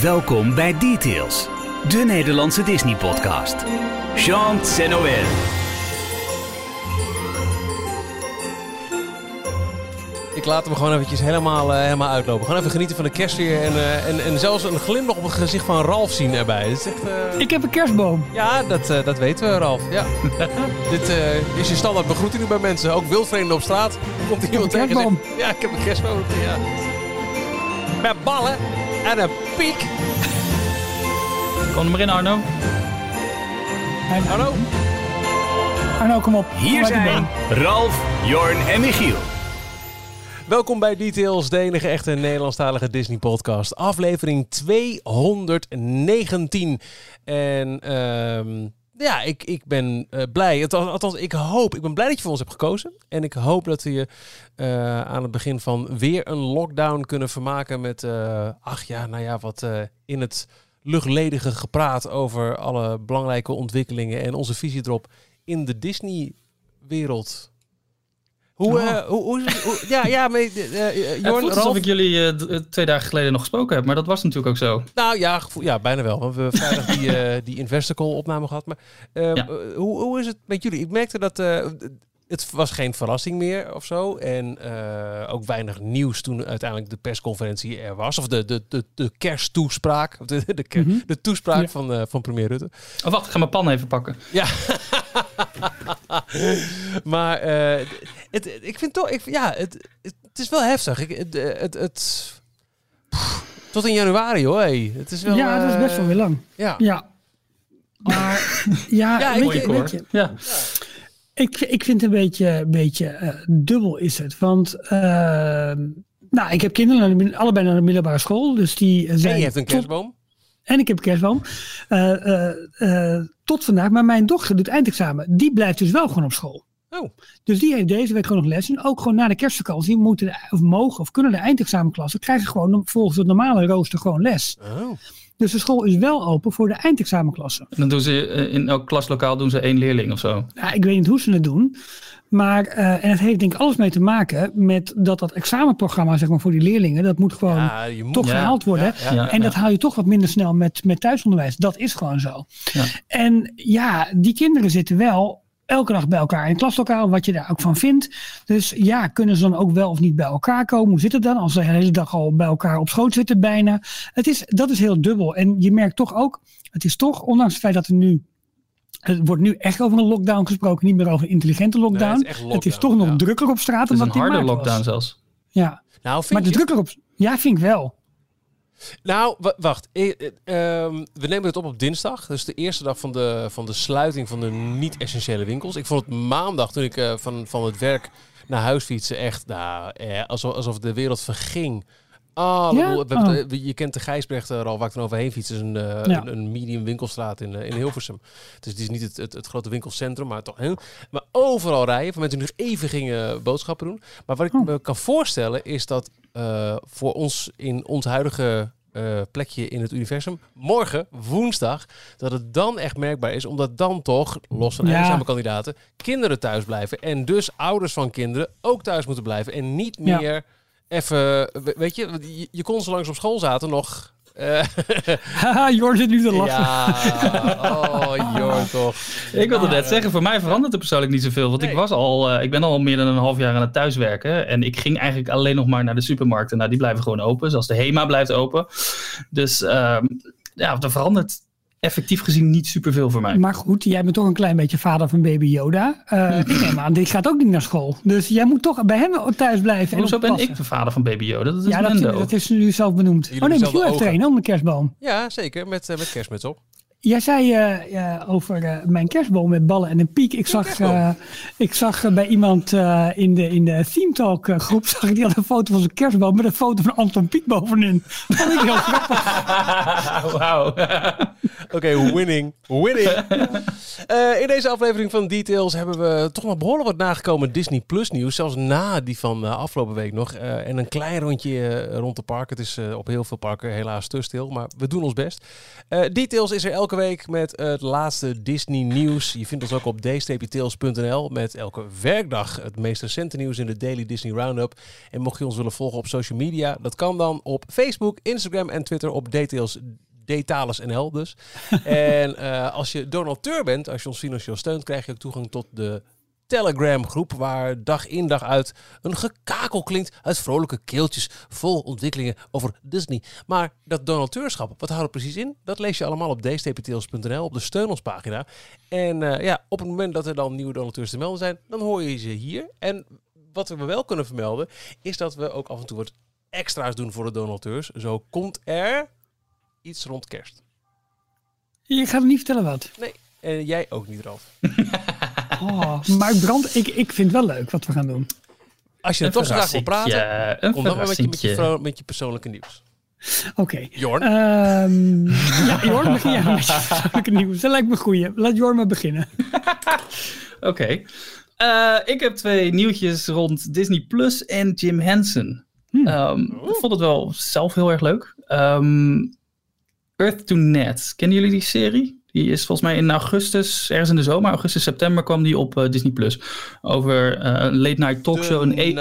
Welkom bij Details, de Nederlandse Disney-podcast. Chant en Noël. Ik laat hem gewoon eventjes helemaal uitlopen. Gewoon even genieten van de kerstsfeer en zelfs een glimlach op het gezicht van Ralf zien erbij. Dat is echt, Ik heb een kerstboom. Ja, dat weten we, Ralf. Ja. Dit is je standaard begroeting nu bij mensen. Ook wildvreemden op straat. Komt er iemand tegen en zegt... Ja, ik heb een kerstboom. Ja. Met ballen en een piek. Kom er maar in, Arno. Arno, kom op. Hier zijn Ralf, Jorn en Michiel. Welkom bij Details, de enige echte Nederlandstalige Disney-podcast. Aflevering 219. En ik ben blij. Althans, ik ben blij dat je voor ons hebt gekozen. En ik hoop dat we je aan het begin van weer een lockdown kunnen vermaken met... wat in het luchtledige gepraat over alle belangrijke ontwikkelingen en onze visie erop in de Disney-wereld. Het voelt alsof ik jullie 2 dagen geleden nog gesproken heb, maar dat was natuurlijk ook zo. Nou ja, bijna wel. Want we hebben vrijdag die Investor Call opname gehad. Maar hoe is het met jullie? Ik merkte dat het was geen verrassing meer of zo. En ook weinig nieuws toen uiteindelijk de persconferentie er was. Of de kersttoespraak. De toespraak van premier Rutte. Oh, wacht, ik ga mijn pan even pakken. Ja. Maar ik vind toch... Het is wel heftig. Tot in januari, hoor. Hey. Het is wel, dat is best wel weer lang. Ja. Maar weet je. Ja. Ik vind het een beetje dubbel is het. Want ik heb kinderen allebei naar de middelbare school. Dus die zijn... En je hebt een kerstboom? En ik heb een kerstboom. Tot vandaag. Maar mijn dochter doet eindexamen. Die blijft dus wel gewoon op school. Oh. Dus die heeft deze week gewoon nog les. En ook gewoon na de kerstvakantie kunnen de eindexamenklassen krijgen gewoon volgens het normale rooster gewoon les. Oh. Dus de school is wel open voor de eindexamenklassen. En dan doen ze in elk klaslokaal doen ze 1 leerling of zo? Ja, ik weet niet hoe ze het doen. Maar, en het heeft denk ik alles mee te maken met dat examenprogramma zeg maar, voor die leerlingen, dat moet gewoon gehaald worden. En dat haal je toch wat minder snel met thuisonderwijs. Dat is gewoon zo. Ja. En die kinderen zitten wel elke dag bij elkaar in het klaslokaal, wat je daar ook van vindt. Dus kunnen ze dan ook wel of niet bij elkaar komen? Hoe zit het dan als ze de hele dag al bij elkaar op schoot zitten bijna? Dat is heel dubbel. En je merkt toch ook, het is toch, ondanks het feit dat het wordt nu echt over een lockdown gesproken, niet meer over een intelligente lockdown. Nee, het is toch nog drukker op straat. Het is een harde lockdown zelfs. Ja, maar de drukker op... Ja, vind ik wel. Nou, wacht. We nemen het op dinsdag. Dus de eerste dag van de sluiting van de niet-essentiële winkels. Ik vond het maandag, toen ik van het werk naar huis fietsen, echt alsof de wereld verging. Je kent de Gijsbrecht al waar ik dan overheen fiets. Het is een medium winkelstraat in Hilversum. Dus het is niet het grote winkelcentrum, maar toch heel. Maar overal rijden voor mensen die nog even gingen boodschappen doen. Maar wat ik me kan voorstellen is dat voor ons in ons huidige plekje in het universum, morgen, woensdag, dat het dan echt merkbaar is, omdat dan toch, los van eindexamenkandidaten, kinderen thuis blijven. En dus ouders van kinderen ook thuis moeten blijven. En niet meer... Even, weet je kon zolang ze op school zaten nog... Haha, Jorn zit nu te lachen. Ja, Jorn toch. Ik wilde net zeggen, voor mij verandert het persoonlijk niet zoveel. Want ik ben al meer dan een half jaar aan het thuiswerken. En ik ging eigenlijk alleen nog maar naar de supermarkten. Nou, die blijven gewoon open. Zoals de HEMA blijft open. Dus er verandert effectief gezien niet superveel voor mij. Maar goed, jij bent toch een klein beetje vader van baby Yoda. Die gaat ook niet naar school. Dus jij moet toch bij hem thuis blijven. Hoezo ben ik de vader van baby Yoda? Dat is dat is nu zelf benoemd. Michiel heeft er een om een kerstboom. Ja, zeker. Met kerstmuts op. Jij zei over mijn kerstboom met ballen en een piek. Ik zag bij iemand in de Theme Talk groep, die had een foto van zijn kerstboom met een foto van Anton Pieck bovenin. Dat vond ik heel grappig. Wauw. Oké, winning. In deze aflevering van Details hebben we toch nog behoorlijk wat nagekomen Disney Plus nieuws. Zelfs na die van afgelopen week nog. En een klein rondje rond de park. Het is op heel veel parken helaas te stil, maar we doen ons best. Details is er elke week met het laatste Disney nieuws. Je vindt ons ook op d-tales.nl met elke werkdag het meest recente nieuws in de Daily Disney Roundup. En mocht je ons willen volgen op social media, dat kan dan op Facebook, Instagram en Twitter op DTalesNL dus. En als je donateur bent, als je ons financieel steunt, krijg je ook toegang tot de Telegram groep, waar dag in dag uit een gekakel klinkt uit vrolijke keeltjes vol ontwikkelingen over Disney. Maar dat donateurschap, wat houdt het precies in? Dat lees je allemaal op d-tales.nl, op de steun ons pagina. En op het moment dat er dan nieuwe donateurs te melden zijn, dan hoor je ze hier. En wat we wel kunnen vermelden, is dat we ook af en toe wat extra's doen voor de donateurs. Zo komt er iets rond kerst. Je gaat het niet vertellen wat. Nee, en jij ook niet, Ralf. Maar Brand, ik vind het wel leuk wat we gaan doen. Als je er toch graag wil praten, kom dan maar met je persoonlijke nieuws. Oké. Jorn? Jorn, begin jij met je persoonlijke nieuws. Dat lijkt me goed. Laat Jorn maar beginnen. Oké. Ik heb 2 nieuwtjes rond Disney Plus en Jim Henson. Ik vond het wel zelf heel erg leuk. Earth to Net. Kennen jullie die serie? Die is volgens mij in augustus, ergens in de zomer, augustus, september, kwam die op Disney Plus. Over een late night talkshow. Een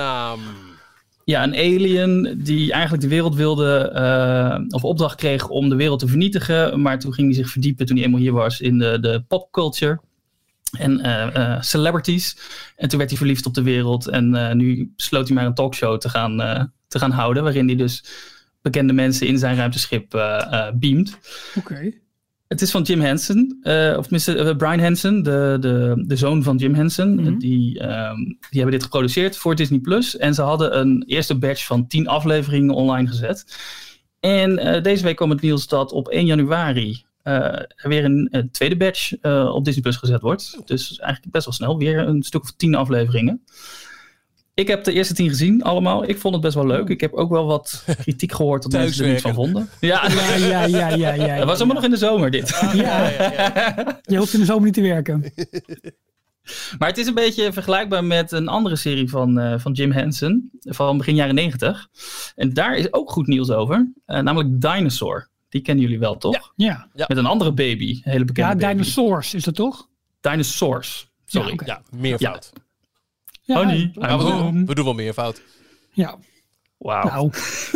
alien die eigenlijk de wereld wilde, of opdracht kreeg om de wereld te vernietigen. Maar toen ging hij zich verdiepen toen hij eenmaal hier was in de popculture. En celebrities. En toen werd hij verliefd op de wereld. En nu besloot hij maar een talkshow te gaan houden. Waarin hij dus bekende mensen in zijn ruimteschip beamt. Oké. Het is van Jim Henson. Of tenminste Brian Henson. De zoon van Jim Henson. Mm-hmm. Die hebben dit geproduceerd voor Disney Plus. En ze hadden een eerste batch van 10 afleveringen online gezet. En deze week kwam het nieuws dat op 1 januari... er weer een tweede batch op Disney Plus gezet wordt. Dus eigenlijk best wel snel. Weer een stuk of 10 afleveringen. Ik heb de eerste 10 gezien, allemaal. Ik vond het best wel leuk. Ik heb ook wel wat kritiek gehoord dat mensen er niets van vonden. Ja. Dat was allemaal nog in de zomer, dit. Je hoeft in de zomer niet te werken. Maar het is een beetje vergelijkbaar met een andere serie van Jim Henson. Van begin jaren 90. En daar is ook goed nieuws over. Namelijk Dinosaur. Die kennen jullie wel, toch? Ja. Met een andere baby. Een hele bekende baby. Dinosaurs is dat toch? Dinosaurs. Sorry. Ja, okay. Meervoud. Ja. Honey, we doen wel meervoud. Ja. Wauw. Nou.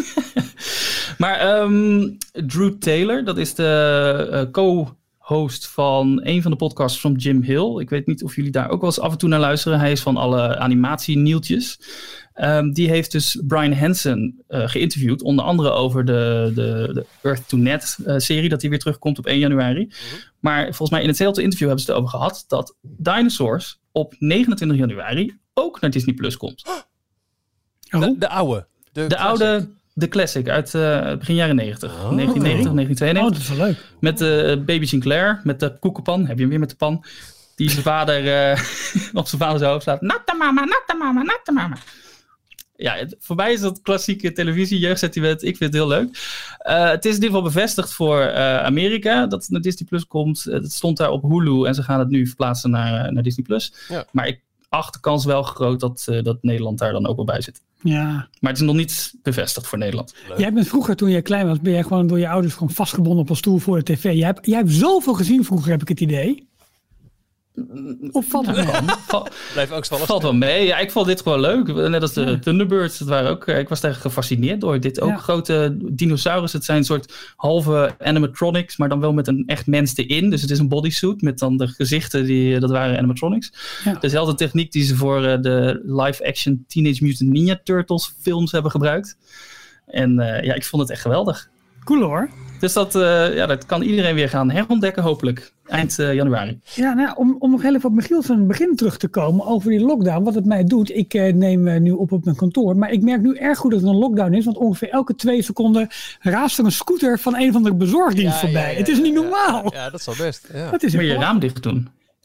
Maar Drew Taylor, dat is de co-host van een van de podcasts van Jim Hill. Ik weet niet of jullie daar ook wel eens af en toe naar luisteren. Hij is van alle animatienieltjes. Die heeft dus Brian Henson geïnterviewd. Onder andere over de Earth to Net serie. Dat die weer terugkomt op 1 januari. Mm-hmm. Maar volgens mij in hetzelfde interview hebben ze het over gehad. Dat Dinosaurs op 29 januari ook naar Disney Plus komt. De oude. De oude, de classic uit begin jaren 90. 1990, 1992. Oh, dat is wel leuk. Met Baby Sinclair, met de koekenpan. Heb je hem weer met de pan. Die zijn vader op zijn vader zijn hoofd slaat. Natte mama, natte mama, natte mama. Ja, voor mij is dat klassieke televisie, jeugdsentiment. Ik vind het heel leuk. Het is in ieder geval bevestigd voor Amerika dat het naar Disney Plus komt. Het stond daar op Hulu en ze gaan het nu verplaatsen naar Disney Plus. Ja. Maar ik acht de kans wel groot dat Nederland daar dan ook wel bij zit. Ja. Maar het is nog niet bevestigd voor Nederland. Leuk. Jij bent vroeger, toen je klein was, ben jij gewoon door je ouders gewoon vastgebonden op een stoel voor de tv. Jij hebt zoveel gezien vroeger, heb ik het idee. Of valt het mee? Valt wel mee. Ja, ik vond dit gewoon leuk. Net als de Thunderbirds. Dat waren ook, ik was daar gefascineerd door. Dit ook grote dinosaurus. Het zijn een soort halve animatronics, maar dan wel met een echt mens erin. Dus het is een bodysuit met dan de gezichten, dat waren animatronics. Ja. Dezelfde techniek die ze voor de live-action Teenage Mutant Ninja Turtles films hebben gebruikt. En ik vond het echt geweldig. Cool hoor. Dus dat kan iedereen weer gaan herontdekken, hopelijk. Eind januari. Ja, nou, om nog heel even op Michiel zijn begin terug te komen over die lockdown. Wat het mij doet, ik neem nu op mijn kantoor. Maar ik merk nu erg goed dat er een lockdown is. Want ongeveer elke 2 seconden raast er een scooter van een of andere bezorgdienst voorbij. Het is niet normaal. Ja, dat is wel best. Ja. Moet je raam dicht doen.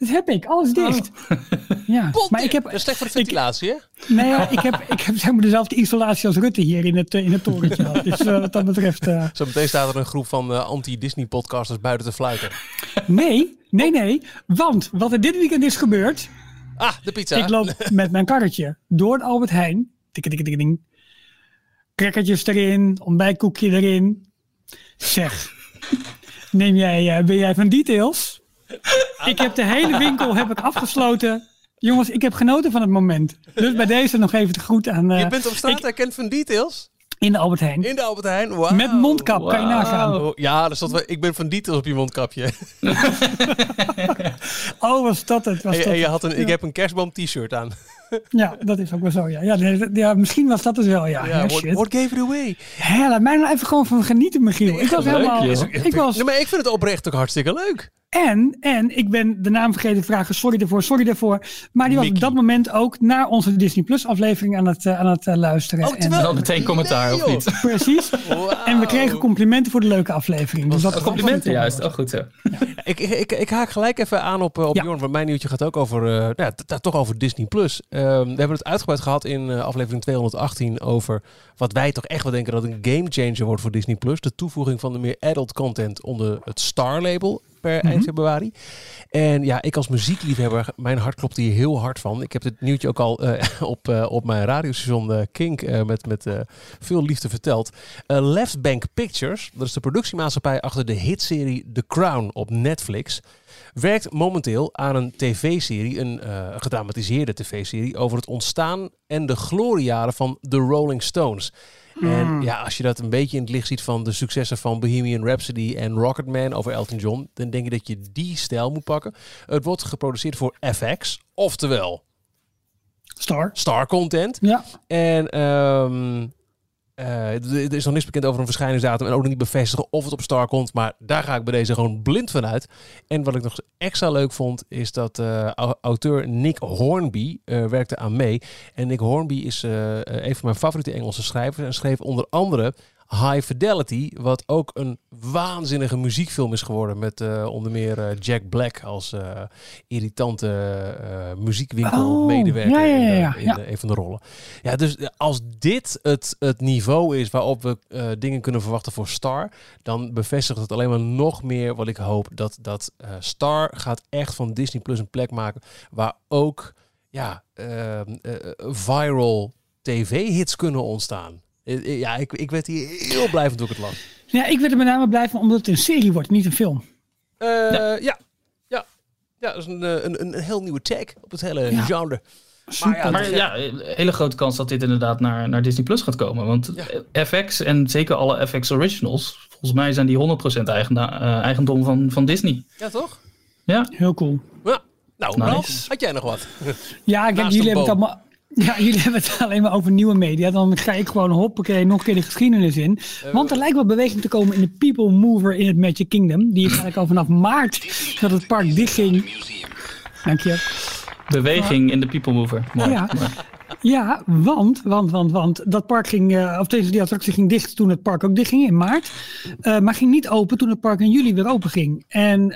Dat heb ik, alles dicht. Ja, maar dat is slecht voor de ventilatie, hè? Nee, ik heb zeg maar dezelfde isolatie als Rutte hier in het torentje. Dus wat dat betreft... Zo meteen staat er een groep van anti-Disney-podcasters buiten te fluiten. Nee. Want wat er dit weekend is gebeurd... de pizza. Ik loop met mijn karretje door het Albert Heijn. Tikkedikkedikkeding. Crackertjes erin, ontbijtkoekje erin. Zeg, ben jij van Details? Ik heb de hele winkel afgesloten. Jongens, ik heb genoten van het moment. Dus bij deze nog even de groet aan... Je bent op straat herkend van Details? In de Albert Heijn. In de Albert Heijn, wow. Met mondkap, kan je nagaan. Ja, er stond ik ben van Details op je mondkapje. Was dat het? Ik heb een kerstboom t-shirt aan. Ja, dat is ook wel zo, ja. Ja, misschien was dat dus wel, ja. What gave it away? Laat mij nou even gewoon van genieten, Michiel. Ik was helemaal... Maar ik vind het oprecht ook hartstikke leuk. En ik ben de naam vergeten te vragen. Sorry daarvoor. Maar die was op dat moment ook naar onze Disney Plus aflevering aan het luisteren. En dan meteen commentaar, of niet? Precies. Wow. En we kregen complimenten voor de leuke aflevering. Dus dat complimenten, juist. Goed zo. Ja. Ik haak gelijk even aan op Jorn, want mijn nieuwtje gaat ook over, toch over Disney Plus. We hebben het uitgebreid gehad in aflevering 218 over wat wij toch echt wel denken dat een gamechanger wordt voor Disney Plus. De toevoeging van de meer adult content onder het Star label per eind februari. En ja, ik als muziekliefhebber, mijn hart klopt hier heel hard van. Ik heb dit nieuwtje ook al op mijn radiostation Kink met veel liefde verteld. Left Bank Pictures, dat is de productiemaatschappij achter de hitserie The Crown op Netflix, werkt momenteel aan een tv-serie, een gedramatiseerde tv-serie over het ontstaan en de gloriejaren van The Rolling Stones. En ja, als je dat een beetje in het licht ziet van de successen van Bohemian Rhapsody en Rocketman over Elton John, dan denk je dat je die stijl moet pakken. Het wordt geproduceerd voor FX, oftewel Star content. Ja. En er is nog niks bekend over een verschijningsdatum en ook nog niet bevestigen of het op Star komt, maar daar ga ik bij deze gewoon blind van uit. En wat ik nog extra leuk vond, is dat auteur Nick Hornby werkte aan mee. En Nick Hornby is een van mijn favoriete Engelse schrijvers en schreef onder andere High Fidelity, wat ook een waanzinnige muziekfilm is geworden met onder meer Jack Black als irritante muziekwinkelmedewerker in een van de rollen. Ja, dus als dit het niveau is waarop we dingen kunnen verwachten voor Star, dan bevestigt het alleen maar nog meer wat ik hoop, dat Star gaat echt van Disney Plus een plek maken waar ook viral tv-hits kunnen ontstaan. Ja, ik werd hier heel blij van toen ik het las. Ja, ik werd er met name blij van omdat het een serie wordt, niet een film. Ja, dat is een heel nieuwe tag op het hele genre. Maar hele grote kans dat dit inderdaad naar Disney Plus gaat komen. Want FX en zeker alle FX Originals, volgens mij zijn die 100% eigendom van Disney. Ja, toch? Ja. Heel cool. Ja. Nou, had jij nog wat? Ja, jullie hebben het allemaal... Ja, jullie hebben het alleen maar over nieuwe media. Dan ga ik gewoon hoppakee nog een keer de geschiedenis in. Want er lijkt wel beweging te komen in de People Mover in het Magic Kingdom. Die is eigenlijk al vanaf maart dat het park dichtging. Dank je. Beweging in de People Mover. Mooi. Ja, want dat park ging, die attractie ging dicht toen het park ook dichtging in maart. Maar ging niet open toen het park in juli weer open ging. En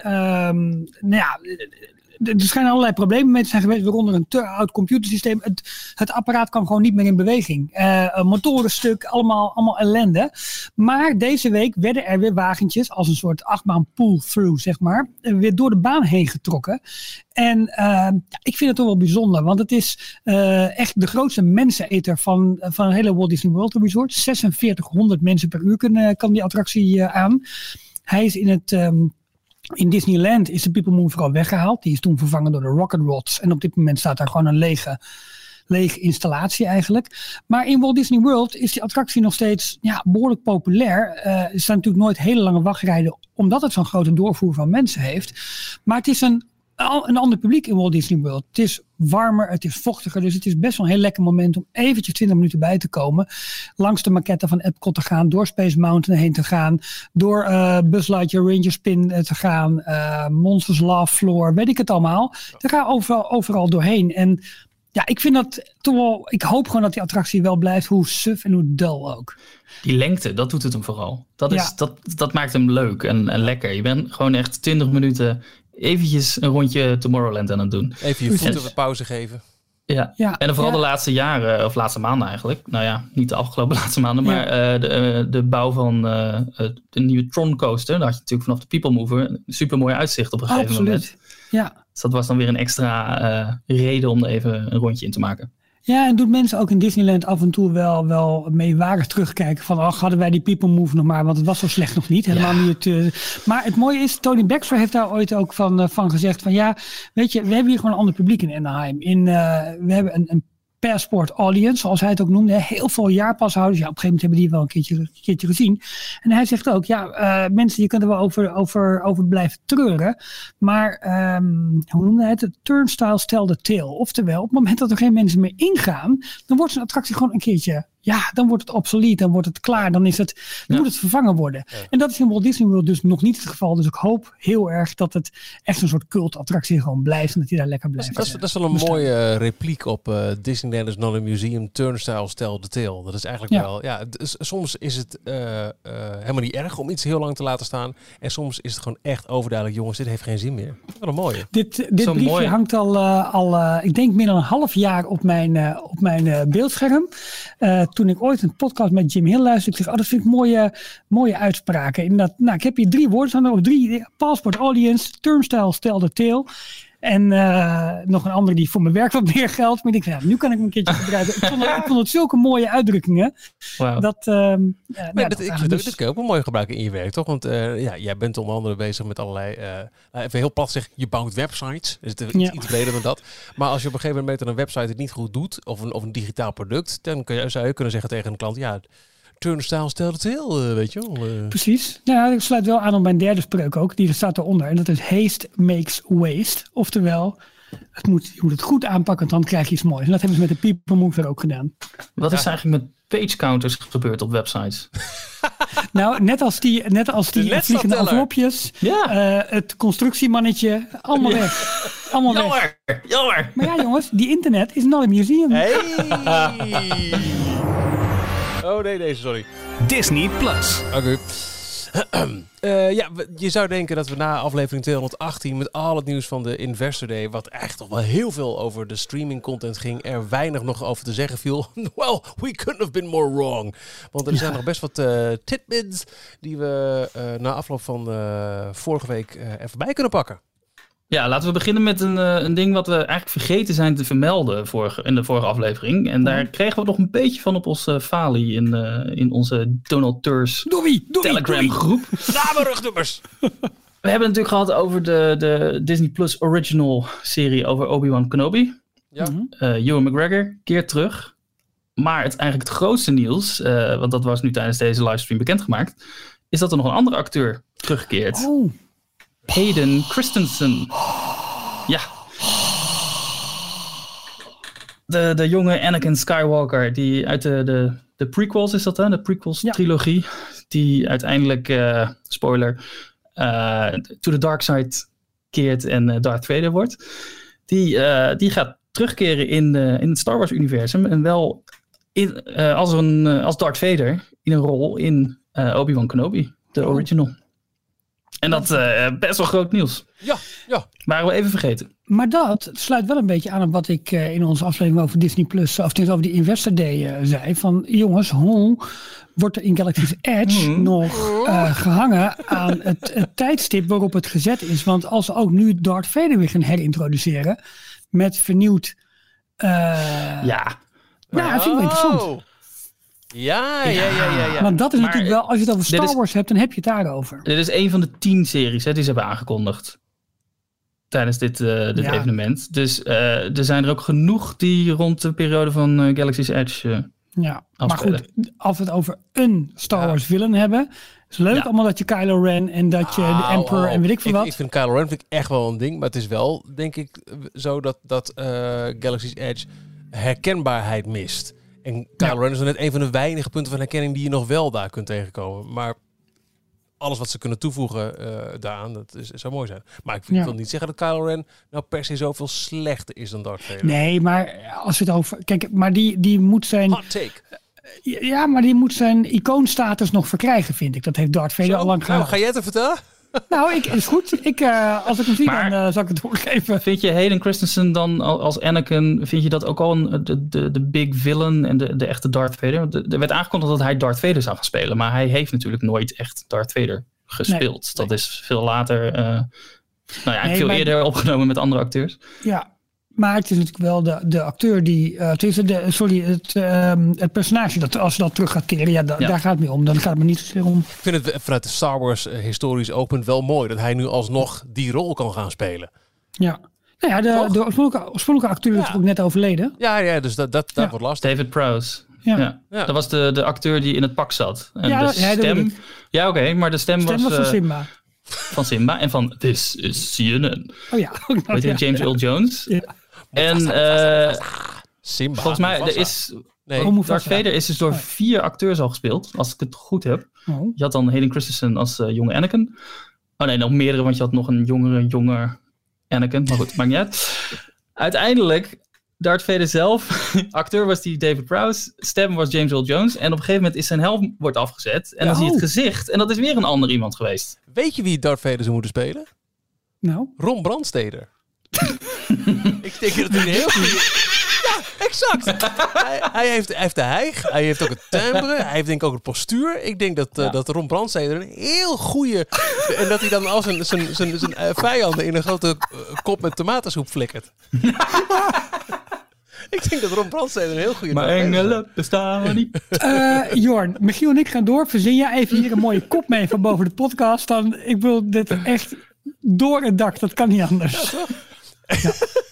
er schijnen allerlei problemen mee te zijn geweest, waaronder een te oud computersysteem. Het apparaat kwam gewoon niet meer in beweging. Motoren stuk, allemaal ellende. Maar deze week werden er weer wagentjes, als een soort achtbaan pull-through, zeg maar, weer door de baan heen getrokken. En ik vind het toch wel bijzonder, want het is echt de grootste menseneter van een hele Walt Disney World Resort. 4600 mensen per uur kan die attractie aan. Hij is in Disneyland is de People Mover al weggehaald. Die is toen vervangen door de Rocket Rods. En op dit moment staat daar gewoon een lege installatie eigenlijk. Maar in Walt Disney World is die attractie nog steeds behoorlijk populair. Er staan natuurlijk nooit hele lange wachtrijden, omdat het zo'n grote doorvoer van mensen heeft. Maar het is een ander publiek in Walt Disney World. Het is warmer, het is vochtiger, dus het is best wel een heel lekker moment om eventjes 20 minuten bij te komen. Langs de maquette van Epcot te gaan, door Space Mountain heen te gaan, door Buzz Lightyear Ranger Spin te gaan, Monsters Laugh Floor, weet ik het allemaal. Daar ga overal doorheen. En ja, ik vind dat toch wel, ik hoop gewoon dat die attractie wel blijft, hoe suf en hoe dull ook. Die lengte, dat doet het hem vooral. Dat maakt hem leuk en lekker. Je bent gewoon echt 20 minuten eventjes een rondje Tomorrowland aan het doen. Even je voeten een pauze geven. Ja, en vooral de laatste jaren, of laatste maanden eigenlijk. Nou ja, niet de afgelopen laatste maanden, maar de bouw van de nieuwe Tron Coaster. Daar had je natuurlijk vanaf de People Mover een super mooi uitzicht op een gegeven moment. Ja. Dus dat was dan weer een extra reden om er even een rondje in te maken. Ja, en doet mensen ook in Disneyland af en toe wel meewarig terugkijken van, hadden wij die People Move nog maar, want het was zo slecht nog niet. Helemaal niet. Maar het mooie is, Tony Baxter heeft daar ooit ook van gezegd van, ja, weet je, we hebben hier gewoon een ander publiek in Anaheim. We hebben een passport audience, zoals hij het ook noemde. Heel veel jaarpashouders. Ja, op een gegeven moment hebben die wel een keertje gezien. En hij zegt ook, mensen, je kunt er wel over blijven treuren. Maar, hoe noemde hij het? Turnstiles tell the tale. Oftewel, op het moment dat er geen mensen meer ingaan, dan wordt zo'n attractie gewoon een keertje, dan wordt het obsolet, dan wordt het klaar, dan moet het vervangen worden. Ja. En dat is in Walt Disney World dus nog niet het geval. Dus ik hoop heel erg dat het echt een soort cultattractie gewoon blijft en dat hij daar lekker blijft. Dat is wel een mooie repliek op Disneyland is not a museum, turnstiles tell the tale. Dat is eigenlijk wel, soms is het helemaal niet erg om iets heel lang te laten staan. En soms is het gewoon echt overduidelijk, jongens, dit heeft geen zin meer. Wat een mooie. Dit briefje hangt al ik denk meer dan een half jaar op mijn beeldscherm. Toen ik ooit een podcast met Jim Hill luisterde, ik zeg, dat vind ik mooie uitspraken. Ik heb hier 3 woorden staan, of 3, passport audience, turnstiles tell the tale. En nog een andere die voor mijn werk wat meer geldt. Maar ik denk, nu kan ik hem een keertje gebruiken. Ik vond het zulke mooie uitdrukkingen. Wow. Dit kun je ook wel mooi gebruiken in je werk, toch? Want jij bent onder andere bezig met allerlei, even heel plat zeggen, je bouwt websites. Dus het is iets breder dan dat. Maar als je op een gegeven moment met een website het niet goed doet, of een digitaal product, dan zou je kunnen zeggen tegen een klant, turnstiles tell the tale, weet je wel. Precies. Ja, ik sluit wel aan op mijn derde spreuk ook. Die staat eronder. En dat is haste makes waste. Oftewel, je moet het goed aanpakken, dan krijg je iets moois. En dat hebben ze met de People Mover ook gedaan. Wat is eigenlijk met page counters gebeurd op websites? Nou, net als die vliegende envelopjes, het constructiemannetje, allemaal weg. Jammer. Maar ja, jongens, die internet is not a museum. Hey. Oh nee, sorry. Disney Plus. Oké. Je zou denken dat we na aflevering 218 met al het nieuws van de Investor Day, wat echt toch wel heel veel over de streaming content ging, er weinig nog over te zeggen viel. Well, we couldn't have been more wrong. Want er zijn nog best wat tidbits die we na afloop van vorige week even bij kunnen pakken. Ja, laten we beginnen met een ding wat we eigenlijk vergeten zijn te vermelden in de vorige aflevering. En daar kregen we nog een beetje van op onze falie in onze Donald Turs Telegram groep. Namenrugnummers! We hebben het natuurlijk gehad over de Disney Plus original serie over Obi-Wan Kenobi. Ja. Ewan McGregor keert terug. Maar eigenlijk het grootste nieuws, want dat was nu tijdens deze livestream bekendgemaakt, is dat er nog een andere acteur terugkeert. Oh. Hayden Christensen. Ja. De jonge Anakin Skywalker, die uit de prequels is dat, hè? De prequels trilogie. Die uiteindelijk, spoiler, to the dark side keert en Darth Vader wordt. Die gaat terugkeren in het Star Wars universum. En wel als Darth Vader in een rol in Obi-Wan Kenobi, de original. En dat best wel groot nieuws. Ja. Waren we even vergeten. Maar dat sluit wel een beetje aan op wat ik in onze aflevering over Disney Plus, of over die Investor Day zei. Van jongens, hoe wordt er in Galaxy's Edge nog gehangen aan het tijdstip waarop het gezet is? Want als ze ook nu Darth Vader weer gaan herintroduceren met vernieuwd... Ja, dat vind ik wel interessant. Ja. Want dat is natuurlijk wel, als je het over Star Wars hebt, dan heb je het daarover. Dit is een van de 10 series die ze hebben aangekondigd tijdens dit evenement. Dus er zijn er ook genoeg die rond de periode van Galaxy's Edge maar goed, als we het over een Star Wars villain hebben, is leuk allemaal dat je Kylo Ren en dat je de Emperor en weet ik veel wat. Ik vind Kylo Ren echt wel een ding, maar het is wel, denk ik, zo dat Galaxy's Edge herkenbaarheid mist. En Kylo Ren is net een van de weinige punten van herkenning die je nog wel daar kunt tegenkomen. Maar alles wat ze kunnen toevoegen daaraan, dat zou mooi zijn. Maar ik wil niet zeggen dat Kylo Ren nou per se zoveel slechter is dan Darth Vader. Nee, maar als we het over... Kijk, maar die moet zijn... Hot take. Ja, maar die moet zijn icoonstatus nog verkrijgen, vind ik. Dat heeft Darth Vader al lang gehad. Ga jij het vertellen? Nou, is goed. Als ik hem zie, dan zal ik het doorgeven. Vind je Hayden Christensen dan als Anakin, vind je dat ook al de big villain en de echte Darth Vader? Er werd aangekondigd dat hij Darth Vader zou gaan spelen, maar hij heeft natuurlijk nooit echt Darth Vader gespeeld. Nee. Dat is veel later, eerder opgenomen met andere acteurs. Ja. Maar het is natuurlijk wel de acteur die... het personage, dat als je dat terug gaat keren... daar gaat het mee om. Dan gaat het me niet zozeer om. Ik vind het vanuit de Star Wars historisch oogpunt wel mooi... dat hij nu alsnog die rol kan gaan spelen. Ja. Nou ja, de oorspronkelijke acteur is ook net overleden. Ja, dus dat wordt lastig. David Prowse. Ja. Dat was de acteur die in het pak zat. En de stem... Ja, oké, maar de stem was van Simba. Van Simba en van This is CNN. Oh ja. Weet je, James Earl Jones. Ja. En Simba. Volgens mij Darth Vader is dus door 4 acteurs al gespeeld, als ik het goed heb. Oh. Je had dan Hayden Christensen als jonge Anakin. Oh nee, nog meerdere, want je had nog een jonger Anakin. Maar goed, maakt niet uit. Uiteindelijk, Darth Vader zelf, acteur was die David Prowse, stem was James Earl Jones. En op een gegeven moment is zijn helm wordt afgezet. En dan zie je het gezicht. En dat is weer een ander iemand geweest. Weet je wie Darth Vader zou moeten spelen? Nou? Ron Brandsteder. Ik denk dat hij een heel goede... Ja, exact. Hij heeft de hijg. Hij heeft ook het timbre. Hij heeft denk ik ook het postuur. Ik denk dat Ron Brandsteder een heel goede... En dat hij dan als zijn vijanden in een grote kop met tomatensoep flikkert. Ik denk dat Ron Brandsteder een heel goede... Maar engelen bestaan niet. Jorn, Michiel en ik gaan door. Verzin jij even hier een mooie kop mee van boven de podcast. Dan, ik wil dit echt door het dak. Dat kan niet anders. Ja.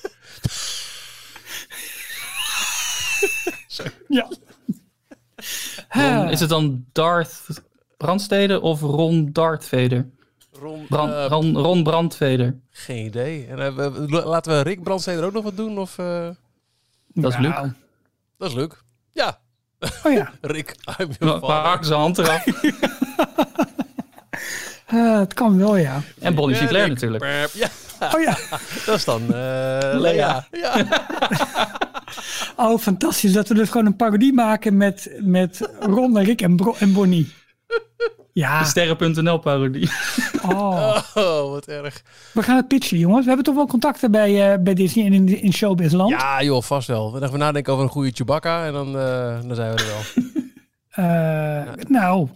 Ja. Is het dan Darth Brandsteder of Ron Darth Vader? Ron Brandvader. Geen idee. En, laten we Rick Brandsteder ook nog wat doen? Of, Dat is Luke. Dat is Luke. Ja. Oh ja. Rick, haak zijn hand eraf. Het kan wel, ja. En Bonnie Sinclair natuurlijk. Ja. Oh ja. Dat is dan Lea. Ja. Oh, fantastisch. Dat we dus gewoon een parodie maken met Ron en Rick en Bonnie. Ja. De Sterren.nl parodie. Oh, wat erg. We gaan het pitchen, jongens. We hebben toch wel contacten bij Disney en in Showbizland? Ja, joh, vast wel. We gaan nadenken over een goede Chewbacca en dan zijn we er wel.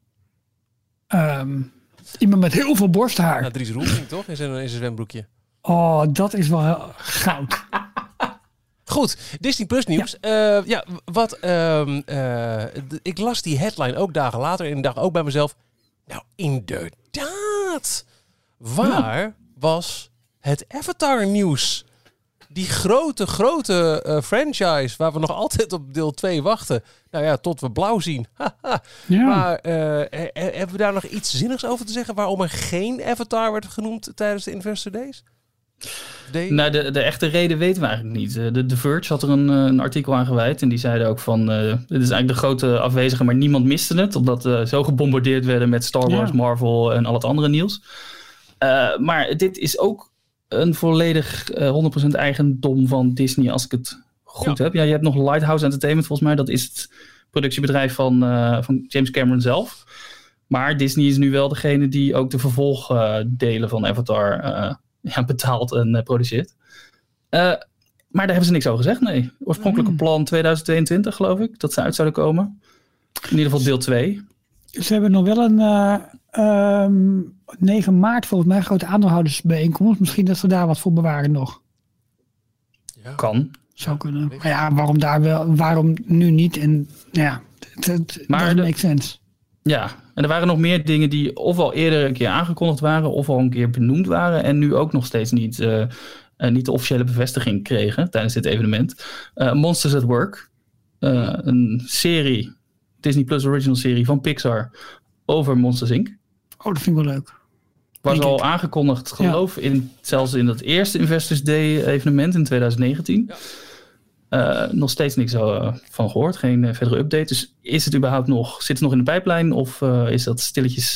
Iemand met heel veel borsthaar. Nou, Dries Roelvink toch? In zijn zwembroekje. Oh, dat is wel goud. Goed, Disney Plus nieuws. Ik las die headline ook dagen later en ik dacht ook bij mezelf... Nou, inderdaad. Waar was het Avatar nieuws? Die grote franchise waar we nog altijd op deel 2 wachten. Nou ja, tot we blauw zien. Ja. Maar hebben we daar nog iets zinnigs over te zeggen... waarom er geen Avatar werd genoemd tijdens de Investor Days? Nou, de echte reden weten we eigenlijk niet. De Verge had er een artikel aan gewijd. En die zeiden ook van... dit is eigenlijk de grote afwezige, maar niemand miste het. Omdat we zo gebombardeerd werden met Star Wars, Marvel en al het andere nieuws. Maar dit is ook een volledig 100% eigendom van Disney, als ik het goed heb. Ja, je hebt nog Lighthouse Entertainment volgens mij. Dat is het productiebedrijf van James Cameron zelf. Maar Disney is nu wel degene die ook de vervolgdelen van Avatar... betaald en produceert. Maar daar hebben ze niks over gezegd, nee. Oorspronkelijke plan 2022, geloof ik, dat ze uit zouden komen. In ieder geval deel 2. Ze hebben nog wel een 9 maart volgens mij grote aandeelhoudersbijeenkomst. Misschien dat ze daar wat voor bewaren nog. Ja. Kan. Zou kunnen. Maar ja, waarom nu niet? En ja, het makes sense. Ja, en er waren nog meer dingen die ofwel eerder een keer aangekondigd waren... ofwel een keer benoemd waren... en nu ook nog steeds niet de officiële bevestiging kregen tijdens dit evenement. Monsters at Work. Een serie, Disney Plus original serie van Pixar... over Monsters Inc. Oh, dat vind ik wel leuk. Was al aangekondigd, geloof zelfs in dat eerste Investors Day evenement in 2019... Ja. Nog steeds niks van gehoord. Geen verdere update. Dus is het überhaupt nog... Zit het nog in de pijplijn? Of is dat stilletjes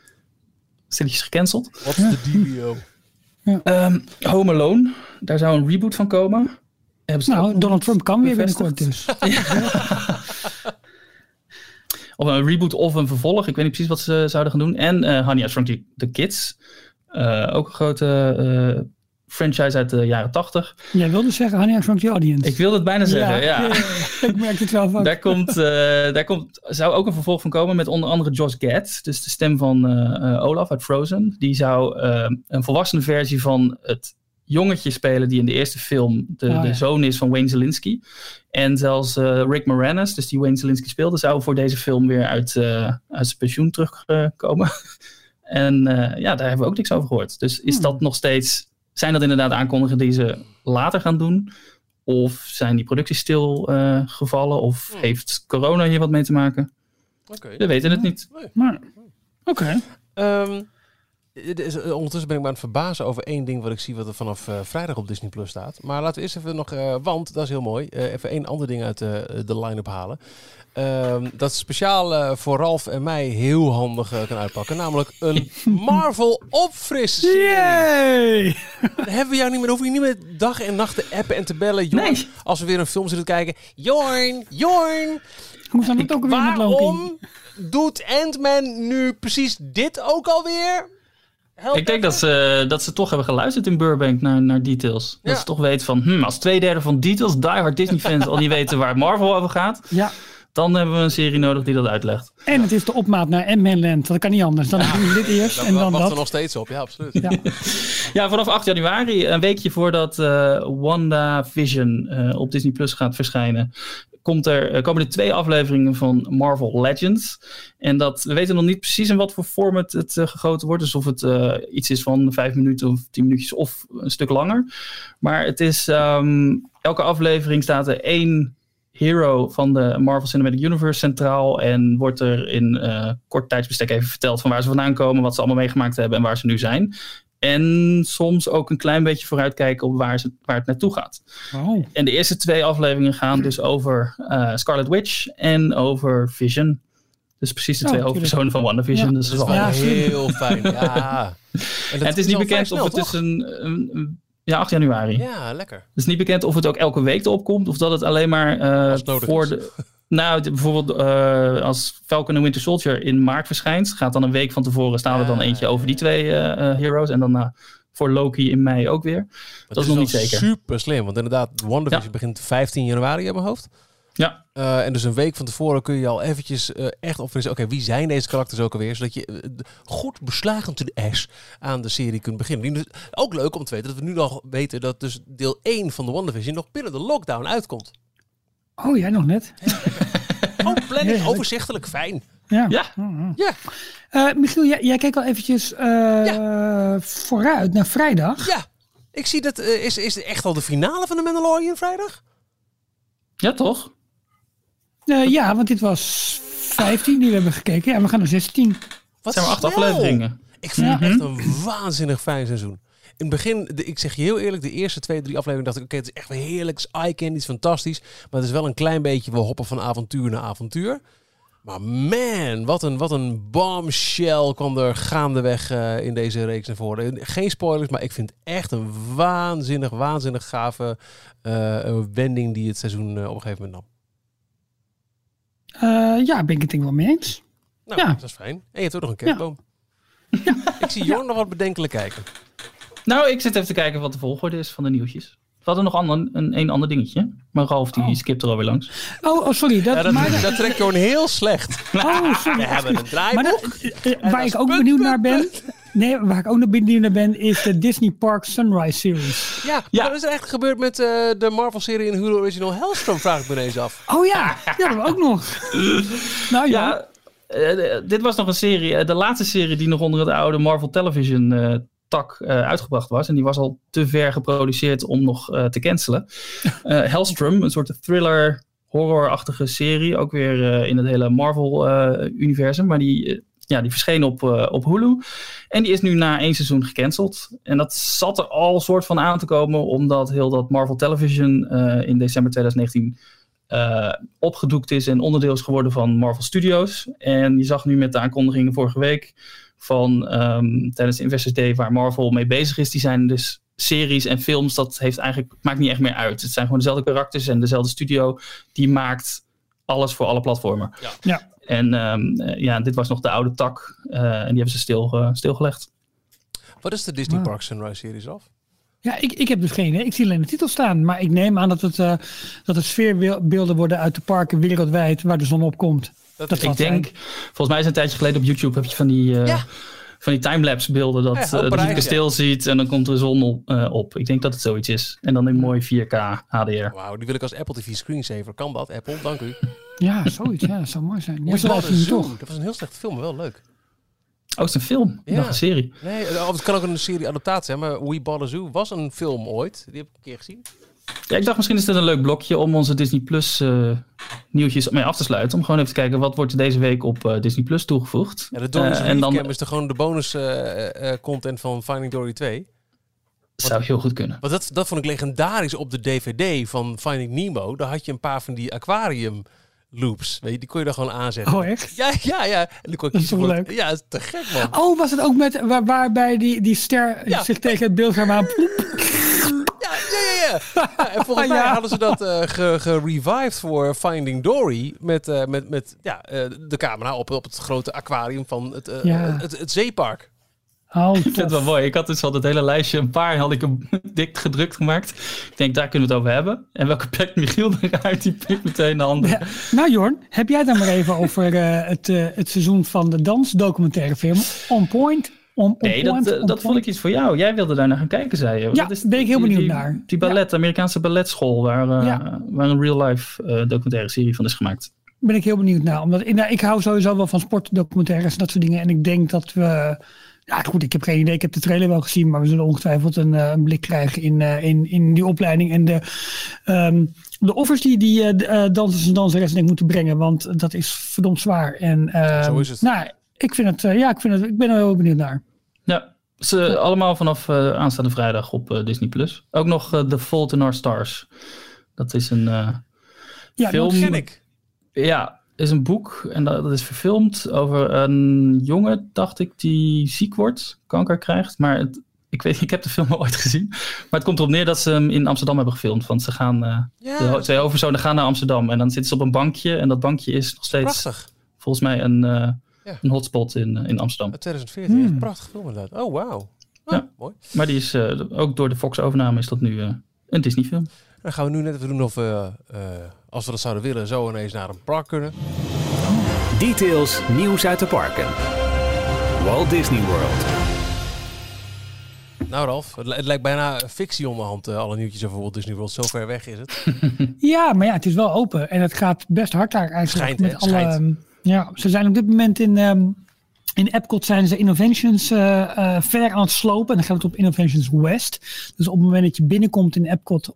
gecanceld? Wat is de DBO? Ja. Home Alone. Daar zou een reboot van komen. Donald Trump kan weer binnenkort dus. Of een reboot of een vervolg. Ik weet niet precies wat ze zouden gaan doen. En Honey, I Shrunk the Kids. Ook een grote franchise uit de jaren 80. Jij wilde zeggen Honey, I Shrunk the Audience. Ik wilde het bijna zeggen, ja. Ik merk het wel van. Daar zou ook een vervolg van komen met onder andere Josh Gad. Dus de stem van Olaf uit Frozen. Die zou een volwassene versie van het jongetje spelen die in de eerste film de zoon is van Wayne Szalinski. En zelfs Rick Moranis, dus die Wayne Szalinski speelde, zou voor deze film weer uit zijn pensioen terugkomen. En daar hebben we ook niks over gehoord. Dus is dat nog steeds... Zijn dat inderdaad aankondigingen die ze later gaan doen? Of zijn die producties stilgevallen? Of heeft corona hier wat mee te maken? We weten het niet. Maar, oké. Ondertussen ben ik me aan het verbazen over één ding wat ik zie wat er vanaf vrijdag op Disney Plus staat. Maar laten we eerst even nog, want dat is heel mooi, even één ander ding uit de line-up halen. Dat speciaal voor Ralf en mij heel handig kan uitpakken. Namelijk een Marvel opfrisserie. Yay! Dan hebben we jou niet meer, hoeven je niet meer dag en nacht te appen en te bellen. Jorn, nee. Als we weer een film zitten kijken. Jorn. Hoe zou dat ook weer met Loki? Waarom doet Ant-Man nu precies dit ook alweer? Ik denk dat ze toch hebben geluisterd in Burbank naar Details. Dat ze toch weten van, als 2/3 van Details, diehard Disney fans, al die weten waar Marvel over gaat. Ja. Dan hebben we een serie nodig die dat uitlegt. En het is de opmaat naar Ant-Man Land. Dat kan niet anders. Dan doen we dit eerst en dan dat. Wachten we nog steeds op, ja, absoluut. Ja, vanaf 8 januari, een weekje voordat WandaVision op Disney Plus gaat verschijnen, komen er 2 afleveringen van Marvel Legends. En we weten nog niet precies in wat voor format het gegoten wordt. Dus of het iets is van 5 minuten of 10 minuutjes of een stuk langer. Maar het is, elke aflevering staat er 1 hero van de Marvel Cinematic Universe centraal. En wordt er in kort tijdsbestek even verteld van waar ze vandaan komen, wat ze allemaal meegemaakt hebben en waar ze nu zijn. En soms ook een klein beetje vooruitkijken op waar het naartoe gaat. Oh. En de eerste 2 afleveringen gaan dus over Scarlet Witch en over Vision. Dus precies de 2 hoofdpersonen van WandaVision. Ja. Dus dat is wel heel fijn. Ja. En het is niet bekend of het is een 8 januari. Ja, lekker. Het is niet bekend of het ook elke week erop komt. Of dat het alleen maar voor de... Nou, bijvoorbeeld als Falcon en Winter Soldier in maart verschijnt, gaat dan een week van tevoren staan er dan eentje over die 2 heroes. En dan voor Loki in mei ook weer. Dat is nog niet zeker. Super slim, want inderdaad, WandaVision begint 15 januari in mijn hoofd. Ja. En dus een week van tevoren kun je al eventjes echt opfrissen. Oké, wie zijn deze karakters ook alweer? Zodat je goed beslagen to the ash aan de serie kunt beginnen. Dus ook leuk om te weten dat we nu al weten dat dus deel 1 van de WandaVision nog binnen de lockdown uitkomt. Oh, jij nog net? Ja. Planning, overzichtelijk, fijn. Ja. Michiel, jij kijkt al eventjes vooruit naar vrijdag. Ja, ik zie dat. Is het echt al de finale van de Mandalorian vrijdag? Ja, toch? Ja, want dit was 15 die we hebben gekeken. Ja, we gaan naar 16. Wat zijn maar 8 afleveringen. Ik vind het echt een waanzinnig fijn seizoen. In het begin, ik zeg je heel eerlijk, de eerste 2-3 afleveringen dacht ik, oké, het is echt weer heerlijk, het is eye-candy, het is fantastisch. Maar het is wel een klein beetje, we hoppen van avontuur naar avontuur. Maar man, wat een bombshell kwam er gaandeweg in deze reeks naar voren. Geen spoilers, maar ik vind echt een waanzinnig gave wending die het seizoen op een gegeven moment nam. Ja, ben ik het denk wel mee eens. Nou, dat is fijn. En je hebt ook nog een kerstboom. Ja. Ik zie Jorn nog wat bedenkelijk kijken. Nou, ik zit even te kijken wat de volgorde is van de nieuwtjes. We hadden nog een ander dingetje. Maar Ralf die skipt er alweer langs. Oh, sorry. Dat trekt Jorn heel slecht. Oh, sorry. We hebben een draaiboek. Waar ik ook benieuwd naar ben... Nee, waar ik ook nog benieuwd naar ben... is de Disney Park Sunrise Series. Ja. Wat is er eigenlijk gebeurd met de Marvel-serie in Hulu Original Hellstrom? Vraag ik me ineens af. Oh ja, dat hebben we ook nog. Nou ja. Dit was nog een serie. De laatste serie die nog onder het oude Marvel Television... tak uitgebracht was. En die was al te ver geproduceerd om nog te cancelen. Hellstrom, een soort thriller, horrorachtige serie. Ook weer in het hele Marvel-universum. Maar die verscheen op Hulu. En die is nu na 1 seizoen gecanceld. En dat zat er al soort van aan te komen. Omdat heel dat Marvel Television in december 2019... opgedoekt is en onderdeel is geworden van Marvel Studios. En je zag nu met de aankondigingen vorige week... van tijdens de Investors Day waar Marvel mee bezig is. Die zijn dus series en films, dat maakt niet echt meer uit. Het zijn gewoon dezelfde karakters en dezelfde studio. Die maakt alles voor alle platformen. Ja. En dit was nog de oude tak. En die hebben ze stilgelegd. Wat is de Disney Parks Sunrise series af? Ja, ik heb dus geen idee. Ik zie alleen de titel staan. Maar ik neem aan dat het sfeerbeelden worden uit de parken wereldwijd waar de zon op komt. Ik denk, volgens mij is een tijdje geleden op YouTube heb je van die timelapse beelden dat je het kasteel ziet en dan komt de zon op. Ik denk dat het zoiets is. En dan in mooi 4K HDR. Wauw, die wil ik als Apple TV screensaver. Kan dat, Apple? Dank u. Ja, zoiets. Ja, dat zou mooi zijn. Dat was een heel slecht film, maar wel leuk. Oh, het is een film? Ik dacht een serie. Nee, het kan ook een serie adaptatie zijn, maar We Bought a Zoo was een film ooit. Die heb ik een keer gezien. Ja, ik dacht misschien is dit een leuk blokje om onze Disney Plus nieuwtjes mee af te sluiten. Om gewoon even te kijken wat wordt deze week op Disney Plus toegevoegd. Ja, de Doris Recap is gewoon de bonus content van Finding Dory 2. Zou heel goed kunnen. Want dat vond ik legendarisch op de DVD van Finding Nemo. Daar had je een paar van die aquarium loops. Weet je, die kon je dan gewoon aanzetten. Oh, echt? Ja. En dan kon ik dat is toch leuk? Ja, dat is te gek, man. Oh, was het ook met waarbij die ster zich tegen het beeldscherm aan... Ja. En volgens mij hadden ze dat gerevived voor Finding Dory met de camera op het grote aquarium van het zeepark. Oh, ik vind het wel mooi. Ik had dus al het hele lijstje, een paar had ik hem dik gedrukt gemaakt. Ik denk, daar kunnen we het over hebben. En welke plek Michiel eruit, die pikt meteen de handen. Ja. Nou Jorn, heb jij dan maar even over het seizoen van de dansdocumentaire film On Point? Dat vond ik iets voor jou. Jij wilde daar naar gaan kijken, zei je. Ja, daar ben ik heel benieuwd naar. Die ballet, Amerikaanse balletschool, waar een real-life documentaire serie van is gemaakt. Ben ik heel benieuwd naar. Omdat ik hou sowieso wel van sportdocumentaires en dat soort dingen. En ik denk dat we... Ja, goed, ik heb geen idee. Ik heb de trailer wel gezien, maar we zullen ongetwijfeld een blik krijgen in die opleiding. En de offers die dansers en danseressen denk ik moeten brengen, want dat is verdomd zwaar. En zo is het. Nou, ik ben er heel benieuwd naar. Ja, ze allemaal vanaf aanstaande vrijdag op Disney Plus. Ook nog The Fault in Our Stars. Dat is een film. Dat ken ik. Ja, is een boek en dat is verfilmd over een jongen, dacht ik, die ziek wordt, kanker krijgt. Maar ik heb de film al ooit gezien. Maar het komt erop neer dat ze hem in Amsterdam hebben gefilmd. Want ze gaan, de twee hoofdpersonen gaan naar Amsterdam. En dan zitten ze op een bankje. En dat bankje is nog steeds, prachtig. Volgens mij, een hotspot in Amsterdam. Uit 2014, een prachtig film inderdaad. Oh, wauw. Ja, mooi. Maar die is ook door de Fox-overname is dat nu een Disney-film. Dan gaan we nu net even doen of we, als we dat zouden willen, zo ineens naar een park kunnen. Details, nieuws uit de parken. Walt Disney World. Nou Ralf, het lijkt bijna fictie onderhand, alle nieuwtjes over Walt Disney World. Zo ver weg is het. Ja, maar het is wel open en het gaat best hard daar eigenlijk. Schijnt. Ze zijn op dit moment in Epcot zijn ze Innovations verder aan het slopen. En dan gaat het op Innovations West. Dus op het moment dat je binnenkomt in Epcot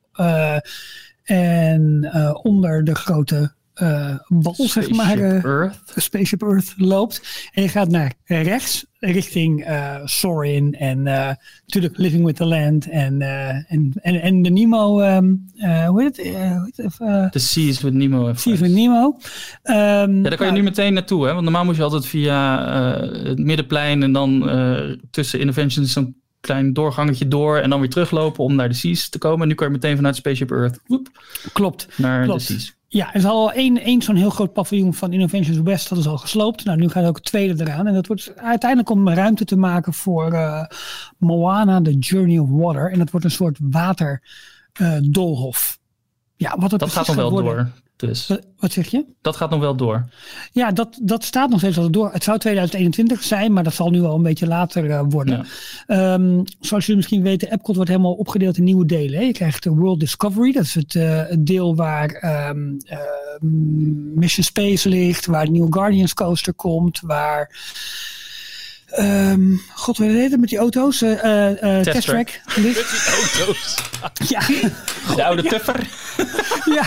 en onder de grote bal, zeg maar, Spaceship Earth loopt. En je gaat naar rechts richting Soarin' en natuurlijk Living with the Land en de Nemo, hoe heet het? The Seas with Nemo. Seas with Nemo. Daar kan je nu meteen naartoe, hè? Want normaal moet je altijd via het middenplein en dan tussen Innovations zo'n klein doorgangetje door en dan weer teruglopen om naar de Seas te komen. En nu kan je meteen vanuit Spaceship Earth Klopt. Naar de Seas. Ja, er is al één zo'n heel groot paviljoen van Innovations West, dat is al gesloopt. Nou, nu gaat ook het tweede eraan. En dat wordt uiteindelijk om ruimte te maken voor Moana, The Journey of Water. En dat wordt een soort waterdolhof. Ja, wat het dat gaat nog wel door. Dus. Wat zeg je? Dat gaat nog wel door. Ja, dat staat nog steeds wel door. Het zou 2021 zijn, maar dat zal nu al een beetje later worden. Ja. Zoals jullie misschien weten, Epcot wordt helemaal opgedeeld in nieuwe delen. Hè. Je krijgt de World Discovery, dat is het deel waar Mission Space ligt, waar de New Guardians Coaster komt, waar... God, wat heet het met die auto's? Test Track. Met die auto's. Ja. De oude tuffer. Ja.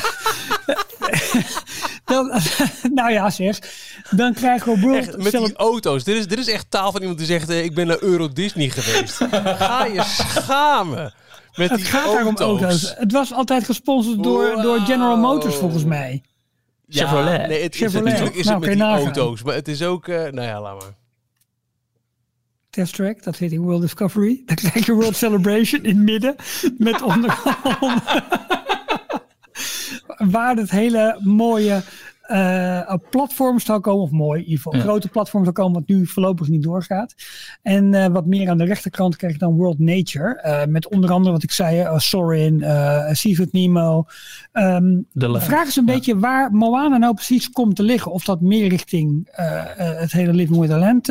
Nou ja, zeg. Dan krijgen we World... Echt, met die auto's. Dit is echt taal van iemand die zegt... ik ben naar Euro Disney geweest. Ga je schamen. Met het die gaat daar om auto's. Het was altijd gesponsord door General Motors, volgens mij. Ja, Chevrolet. Nee, natuurlijk is het met die auto's. Maar het is ook... nou ja, laat maar. Test Track, dat heet in World Discovery. Dan krijg je World Celebration in het midden. Met onder waar het hele mooie platforms zou komen, of mooi, in ieder geval grote platforms zou komen, wat nu voorlopig niet doorgaat. En wat meer aan de rechterkant krijg je dan World Nature. Met onder andere wat ik zei, Soarin, Seafood Nemo. De vraag is een beetje waar Moana nou precies komt te liggen. Of dat meer richting het hele Living with the Land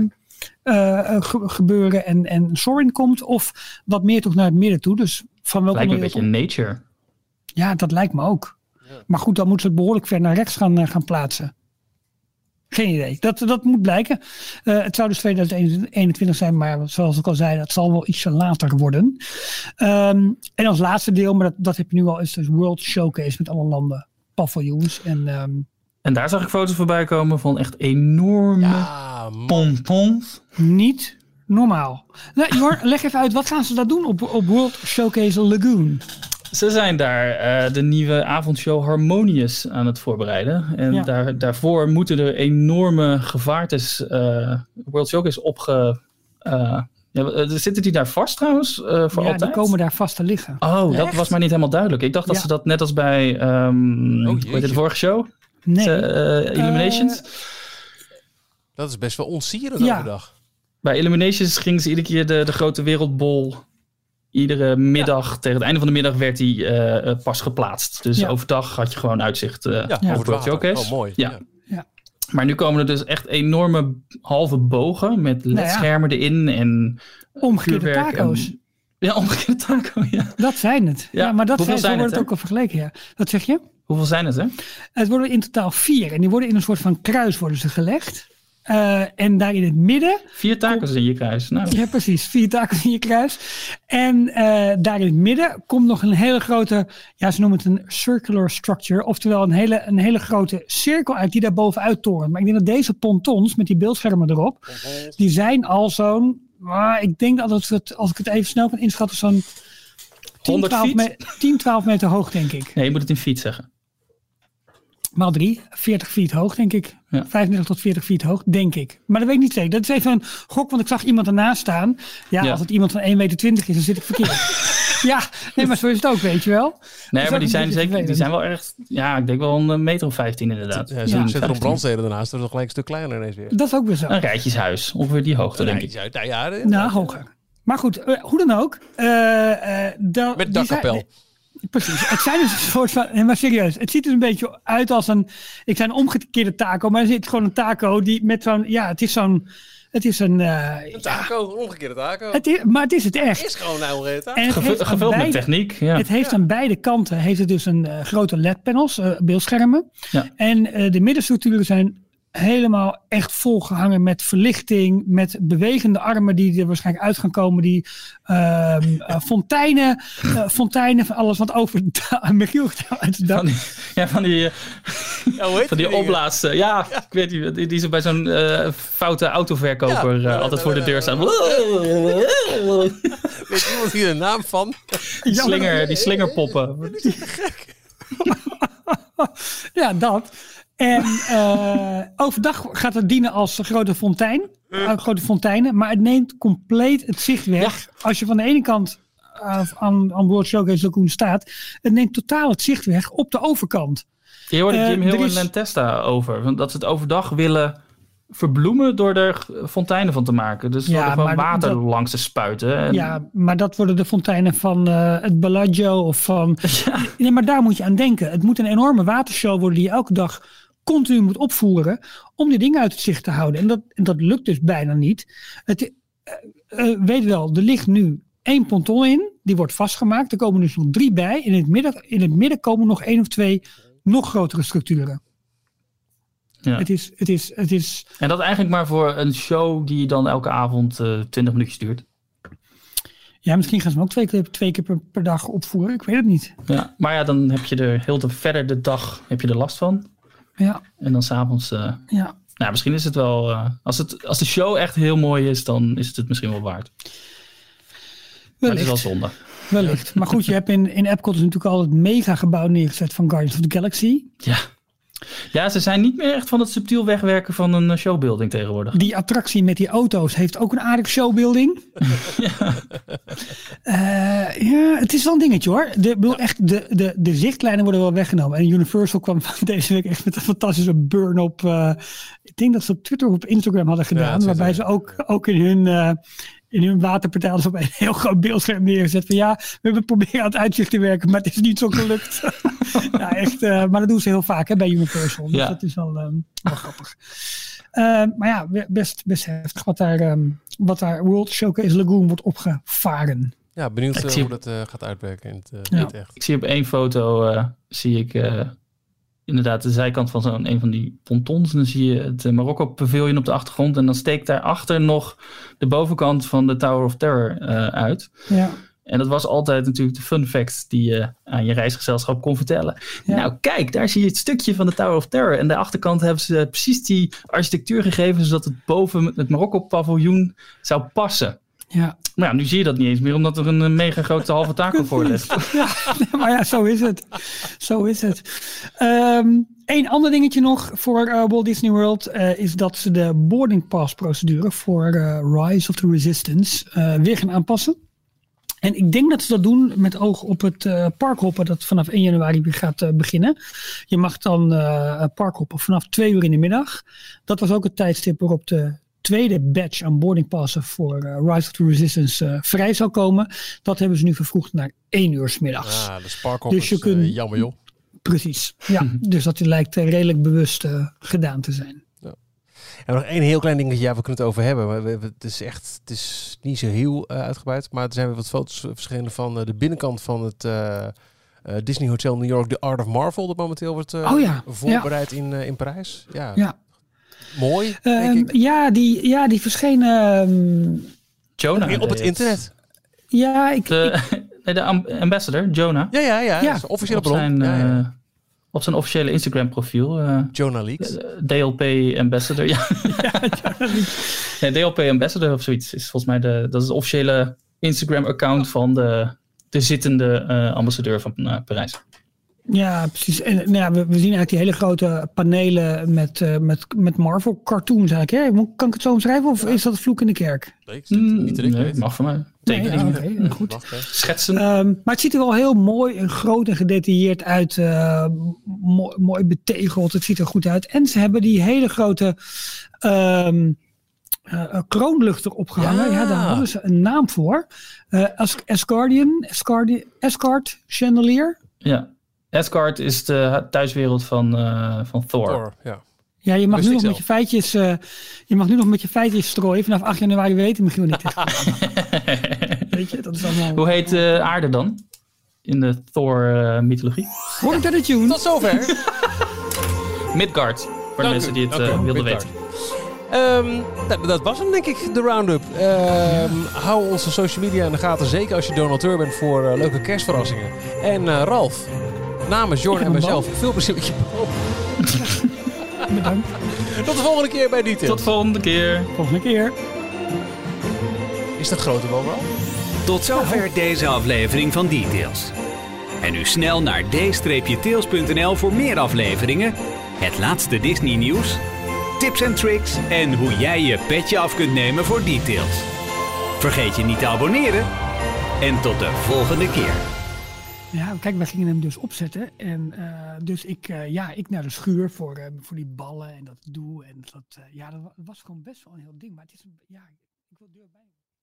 gebeuren en Soarin komt. Of wat meer toch naar het midden toe. Dus van welke lijkt me een beetje nature. Ja, dat lijkt me ook. Ja. Maar goed, dan moeten ze het behoorlijk ver naar rechts gaan plaatsen. Geen idee. Dat moet blijken. Het zou dus 2021 zijn, maar zoals ik al zei, dat zal wel ietsje later worden. En als laatste deel, maar dat heb je nu al, is dus World Showcase met alle landen, paviljoens. En daar zag ik foto's voorbij komen van echt enorme pompons. Niet normaal. Nou, Jor, leg even uit, wat gaan ze daar doen op World Showcase Lagoon? Ze zijn daar de nieuwe avondshow Harmonious aan het voorbereiden. En daarvoor moeten er enorme gevaartes World Showcase zitten die daar vast trouwens voor altijd? Ja, die komen daar vast te liggen. Oh, dat was maar niet helemaal duidelijk. Ik dacht dat ze dat net als bij hoe heet de vorige show? Nee. Illuminations. Dat is best wel onsierig overdag. Bij Illuminations gingen ze iedere keer de grote wereldbol. Iedere middag, tegen het einde van de middag, werd die pas geplaatst. Dus overdag had je gewoon uitzicht over het Showcase. Oh, mooi. Ja. Maar nu komen er dus echt enorme halve bogen met ledschermen erin en omgekeerde taco's. Omgekeerde taco, ja. Dat zijn het. Ja, maar zo wordt het ook al vergeleken. Ja. Wat zeg je? Hoeveel zijn het, hè? Het worden in totaal 4. En die worden in een soort van kruis gelegd. En daar in het midden... 4 tacos in je kruis. Nou. Ja, precies. 4 tacos in je kruis. En daar in het midden komt nog een hele grote... Ja, ze noemen het een circular structure. Oftewel een hele grote cirkel uit die daar bovenuit torent. Maar ik denk dat deze pontons met die beeldschermen erop... Die zijn al zo'n... ik denk dat het, als ik het even snel kan inschatten... Zo'n 10, 12 meter hoog, denk ik. Nee, je moet het in feet zeggen. Maal 3, 40 feet hoog, denk ik. Ja. 35 tot 40 feet hoog, denk ik. Maar dat weet ik niet zeker. Dat is even een gok, want ik zag iemand ernaast staan. Ja, als het iemand van 1,20 meter is, dan zit ik verkeerd. Ja, nee, maar zo is het ook, weet je wel. Nee, maar die zijn zeker, die zijn wel echt, ik denk wel een meter of 15 inderdaad. Ja, zo zit er een brandsteden ernaast, dat is nog gelijk een stuk kleiner ineens weer. Dat is ook weer zo. Een rijtjeshuis, ongeveer die hoogte, denk ik. Hoger. Maar goed, hoe dan ook. Met dakkapel. Precies. Het zijn dus een soort van... Maar serieus, het ziet er een beetje uit als een omgekeerde taco. Maar er zit gewoon een taco die met zo'n... Ja, het is een taco, een omgekeerde taco. Maar het is het echt. Het is gewoon een taco. Gevuld met techniek. Ja. Het heeft aan beide kanten dus een grote LED-panels, beeldschermen. Ja. En de middenstructuren zijn helemaal echt volgehangen met verlichting, met bewegende armen die er waarschijnlijk uit gaan komen, die fonteinen van alles wat over Michiel uit de dak. Van die opblazen. Ja, ik weet niet, die ze bij zo'n foute autoverkoper altijd voor de deur staan. Weet iemand hier de naam van? Die slingerpoppen. Ja, dat. En overdag gaat het dienen als grote fonteinen, maar het neemt compleet het zicht weg. Ja. Als je van de ene kant aan World Showcase Lagoon staat, het neemt totaal het zicht weg op de overkant. Je hoorde Jim Hill en Len Testa over, dat ze het overdag willen verbloemen door er fonteinen van te maken. Dus er gewoon water langs te spuiten. En... Ja, maar dat worden de fonteinen van het Bellagio of van... Ja. Nee, maar daar moet je aan denken. Het moet een enorme watershow worden die je elke dag continu moet opvoeren om die dingen uit het zicht te houden. En dat lukt dus bijna niet. Weet wel, er ligt nu 1 ponton in. Die wordt vastgemaakt. Er komen dus nog 3 bij. In het midden komen nog 1 of 2 nog grotere structuren. Ja. Het is... En dat eigenlijk maar voor een show die dan elke avond 20 minuutjes duurt. Ja, misschien gaan ze hem ook 2 keer per dag opvoeren. Ik weet het niet. Ja, maar dan heb je er verder de dag heb je er last van. Ja. En dan s'avonds... Nou, misschien is het wel... Als de show echt heel mooi is, dan is het misschien wel waard. Maar het is wel zonde. Wellicht. Maar goed, je hebt in Epcot dus natuurlijk al het mega gebouw neergezet van Guardians of the Galaxy. Ja. Ja, ze zijn niet meer echt van het subtiel wegwerken van een showbuilding tegenwoordig. Die attractie met die auto's heeft ook een aardig showbuilding. Ja, het is wel een dingetje hoor. De zichtlijnen worden wel weggenomen. En Universal kwam deze week echt met een fantastische burn op. Ik denk dat ze op Twitter of op Instagram hadden gedaan. Ja, waarbij ze ook in hun waterpartij hadden ze op een heel groot beeldscherm neergezet. Van ja, we hebben proberen aan het uitzicht te werken, maar het is niet zo gelukt. Ja, echt. Maar dat doen ze heel vaak hè, bij Universal. Dus dat is wel grappig. Maar ja, best heftig wat daar World Showcase Lagoon wordt opgevaren. Ja, benieuwd hoe dat gaat uitwerken in het echt. Ik zie op één foto, inderdaad de zijkant van een van die pontons. En dan zie je het Marokko Pavilion op de achtergrond. En dan steekt daarachter nog de bovenkant van de Tower of Terror uit. Ja. En dat was altijd natuurlijk de fun fact die je aan je reisgezelschap kon vertellen. Ja. Nou kijk, daar zie je het stukje van de Tower of Terror. En de achterkant hebben ze precies die architectuur gegeven, zodat het boven het Marokko Paviljoen zou passen. Ja. Maar ja, nu zie je dat niet eens meer, omdat er een mega grote halve taco voor ligt. Ja, maar ja, zo is het. Zo is het. Een ander dingetje nog voor Walt Disney World is dat ze de boarding pass procedure voor Rise of the Resistance weer gaan aanpassen. En ik denk dat ze dat doen met oog op het parkhoppen dat vanaf 1 januari weer gaat beginnen. Je mag dan parkhoppen vanaf 2 uur in de middag. Dat was ook het tijdstip waarop de tweede batch aan boardingpassen voor Rise of the Resistance vrij zou komen. Dat hebben ze nu vervroegd naar 1 uur 's middags. Ja, de sparkhoppers, dus jammer joh. Precies, ja. Dus dat lijkt redelijk bewust gedaan te zijn. Ja. En nog één heel klein dingetje, we kunnen het over hebben. Maar het is niet zo heel uitgebreid. Maar er zijn weer wat foto's verschenen van de binnenkant van het Disney Hotel New York, The Art of Marvel. Dat momenteel wordt voorbereid in Parijs. Ja. Mooi, denk ik. Ja, die verschenen... Jonah. Op het internet. Ja, de ambassador, Jonah. Ja. Dat is officiële bron. Op zijn officiële Instagram profiel. Jonah Leaks. DLP ambassador. Ja, Jonah Leaks. Nee, DLP ambassador of zoiets is volgens mij dat is het officiële Instagram account van de zittende ambassadeur van Parijs. Ja, precies. En we zien eigenlijk die hele grote panelen met Marvel cartoons eigenlijk. Hè? Kan ik het zo omschrijven of is dat het vloek in de kerk? Nee, mag voor mij. Tekening. Goed. Schetsen. Maar het ziet er wel heel mooi en groot en gedetailleerd uit. Mooi betegeld. Het ziet er goed uit. En ze hebben die hele grote kroonluchter opgehangen. Ja, daar hadden ze een naam voor. Asgard Chandelier. Ja. Asgard is de thuiswereld van Thor. Ja, je mag nu nog met je feitjes strooien. Vanaf 8 januari weten misschien niet. Weet je, dat is allemaal... Hoe heet aarde dan? In de Thor-mythologie? Hoor ik dat het tune? Tot zover. Midgard. Voor de mensen die het wilden weten. Dat was hem, denk ik, de round-up. Hou onze social media in de gaten. Zeker als je donateur bent voor leuke kerstverrassingen. En Ralf, namens Jorn en mezelf, veel plezier met je boom. Bedankt. Tot de volgende keer bij Details. Tot de volgende keer. Is dat grote boom, Ralf? Tot zover deze aflevering van Details. En nu snel naar d-tails.nl voor meer afleveringen, het laatste Disney nieuws, tips en tricks en hoe jij je petje af kunt nemen voor Details. Vergeet je niet te abonneren en tot de volgende keer. Ja, kijk, wij gingen hem dus opzetten. En dus ik naar de schuur voor die ballen en dat doe. En dat was gewoon best wel een heel ding. Maar het is ik wil deur bij.